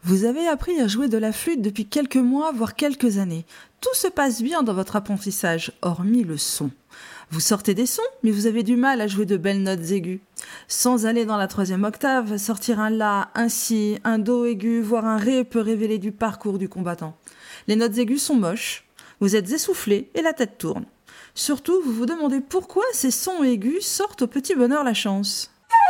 Vous avez appris à jouer de la flûte depuis quelques mois, voire quelques années. Tout se passe bien dans votre apprentissage, hormis le son. Vous sortez des sons, mais vous avez du mal à jouer de belles notes aiguës. Sans aller dans la 3e octave, sortir un La, un Si, un Do aigu, voire un Ré peut révéler du parcours du combattant. Les notes aiguës sont moches, vous êtes essoufflé et la tête tourne. Surtout, vous vous demandez pourquoi ces sons aigus sortent au petit bonheur la chance.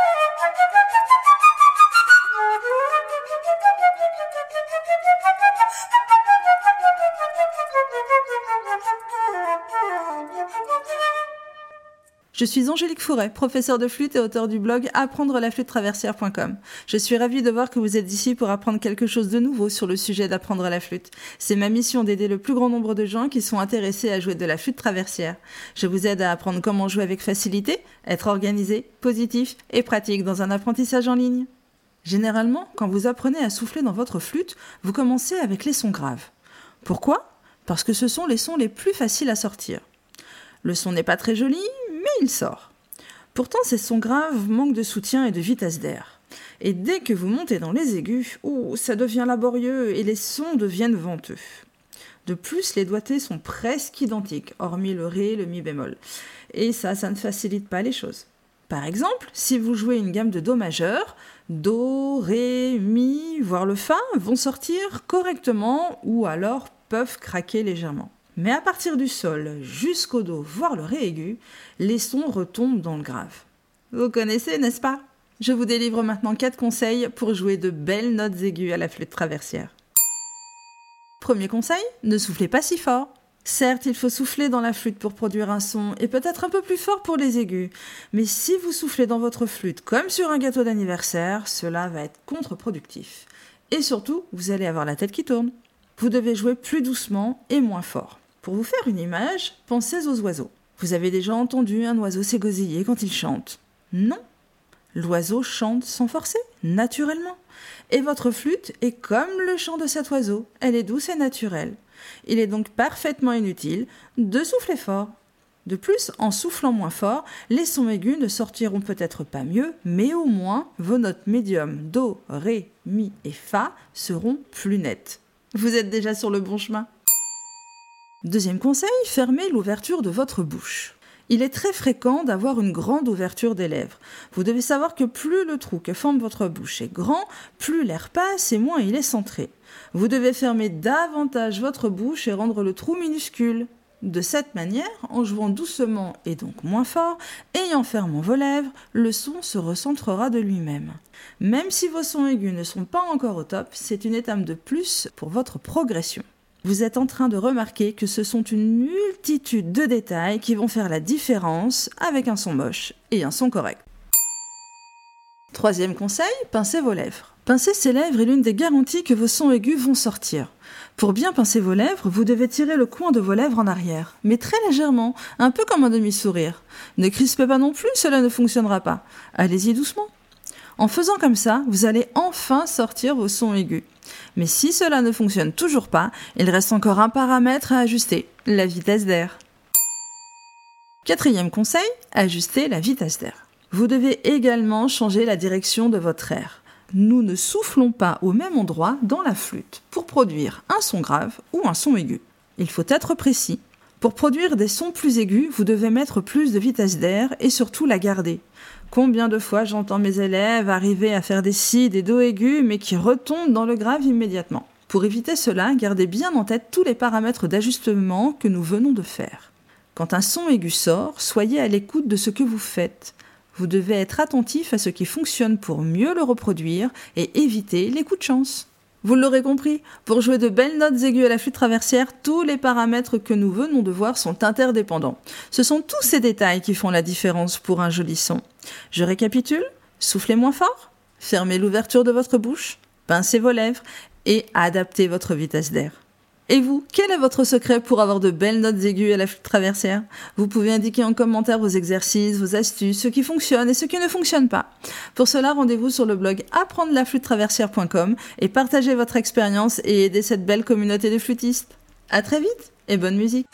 Je suis Angélique Fouret, professeure de flûte et auteure du blog apprendre-la-flûte-traversière.com. Je suis ravie de voir que vous êtes ici pour apprendre quelque chose de nouveau sur le sujet d'apprendre la flûte. C'est ma mission d'aider le plus grand nombre de gens qui sont intéressés à jouer de la flûte traversière. Je vous aide à apprendre comment jouer avec facilité, être organisé, positif et pratique dans un apprentissage en ligne. Généralement, quand vous apprenez à souffler dans votre flûte, vous commencez avec les sons graves. Pourquoi ? Parce que ce sont les sons les plus faciles à sortir. Le son n'est pas très joli, mais il sort. Pourtant, ces sons graves manquent de soutien et de vitesse d'air. Et dès que vous montez dans les aigus, ça devient laborieux et les sons deviennent venteux. De plus, les doigtés sont presque identiques, hormis le Ré et le Mi bémol. Et ça ne facilite pas les choses. Par exemple, si vous jouez une gamme de Do majeur, Do, Ré, Mi, voire le Fa vont sortir correctement ou alors peuvent craquer légèrement. Mais à partir du Sol jusqu'au Do, voire le Ré aigu, les sons retombent dans le grave. Vous connaissez, n'est-ce pas ? Je vous délivre maintenant 4 conseils pour jouer de belles notes aiguës à la flûte traversière. Premier conseil, ne soufflez pas si fort. Certes, il faut souffler dans la flûte pour produire un son et peut-être un peu plus fort pour les aigus. Mais si vous soufflez dans votre flûte comme sur un gâteau d'anniversaire, cela va être contre-productif. Et surtout, vous allez avoir la tête qui tourne. Vous devez jouer plus doucement et moins fort. Pour vous faire une image, pensez aux oiseaux. Vous avez déjà entendu un oiseau s'égosiller quand il chante ? Non. L'oiseau chante sans forcer, naturellement. Et votre flûte est comme le chant de cet oiseau. Elle est douce et naturelle. Il est donc parfaitement inutile de souffler fort. De plus, en soufflant moins fort, les sons aigus ne sortiront peut-être pas mieux, mais au moins vos notes médium, Do, Ré, Mi et Fa seront plus nettes. Vous êtes déjà sur le bon chemin. Deuxième conseil, fermez l'ouverture de votre bouche. Il est très fréquent d'avoir une grande ouverture des lèvres. Vous devez savoir que plus le trou que forme votre bouche est grand, plus l'air passe et moins il est centré. Vous devez fermer davantage votre bouche et rendre le trou minuscule. De cette manière, en jouant doucement et donc moins fort, et en fermant vos lèvres, le son se recentrera de lui-même. Même si vos sons aigus ne sont pas encore au top, c'est une étape de plus pour votre progression. Vous êtes en train de remarquer que ce sont une multitude de détails qui vont faire la différence avec un son moche et un son correct. Troisième conseil, pincez vos lèvres. Pincer ses lèvres est l'une des garanties que vos sons aigus vont sortir. Pour bien pincer vos lèvres, vous devez tirer le coin de vos lèvres en arrière, mais très légèrement, un peu comme un demi-sourire. Ne crispez pas non plus, cela ne fonctionnera pas. Allez-y doucement. En faisant comme ça, vous allez enfin sortir vos sons aigus. Mais si cela ne fonctionne toujours pas, il reste encore un paramètre à ajuster, la vitesse d'air. Quatrième conseil, ajustez la vitesse d'air. Vous devez également changer la direction de votre air. Nous ne soufflons pas au même endroit dans la flûte pour produire un son grave ou un son aigu. Il faut être précis. Pour produire des sons plus aigus, vous devez mettre plus de vitesse d'air et surtout la garder. Combien de fois j'entends mes élèves arriver à faire des Si, des Do aigus, mais qui retombent dans le grave immédiatement. Pour éviter cela, gardez bien en tête tous les paramètres d'ajustement que nous venons de faire. Quand un son aigu sort, soyez à l'écoute de ce que vous faites. Vous devez être attentif à ce qui fonctionne pour mieux le reproduire et éviter les coups de chance. Vous l'aurez compris, pour jouer de belles notes aiguës à la flûte traversière, tous les paramètres que nous venons de voir sont interdépendants. Ce sont tous ces détails qui font la différence pour un joli son. Je récapitule, soufflez moins fort, fermez l'ouverture de votre bouche, pincez vos lèvres et adaptez votre vitesse d'air. Et vous, quel est votre secret pour avoir de belles notes aiguës à la flûte traversière ? Vous pouvez indiquer en commentaire vos exercices, vos astuces, ce qui fonctionne et ce qui ne fonctionne pas. Pour cela, rendez-vous sur le blog apprendre-la-flûte-traversière.com et partagez votre expérience et aidez cette belle communauté de flûtistes. À très vite et bonne musique.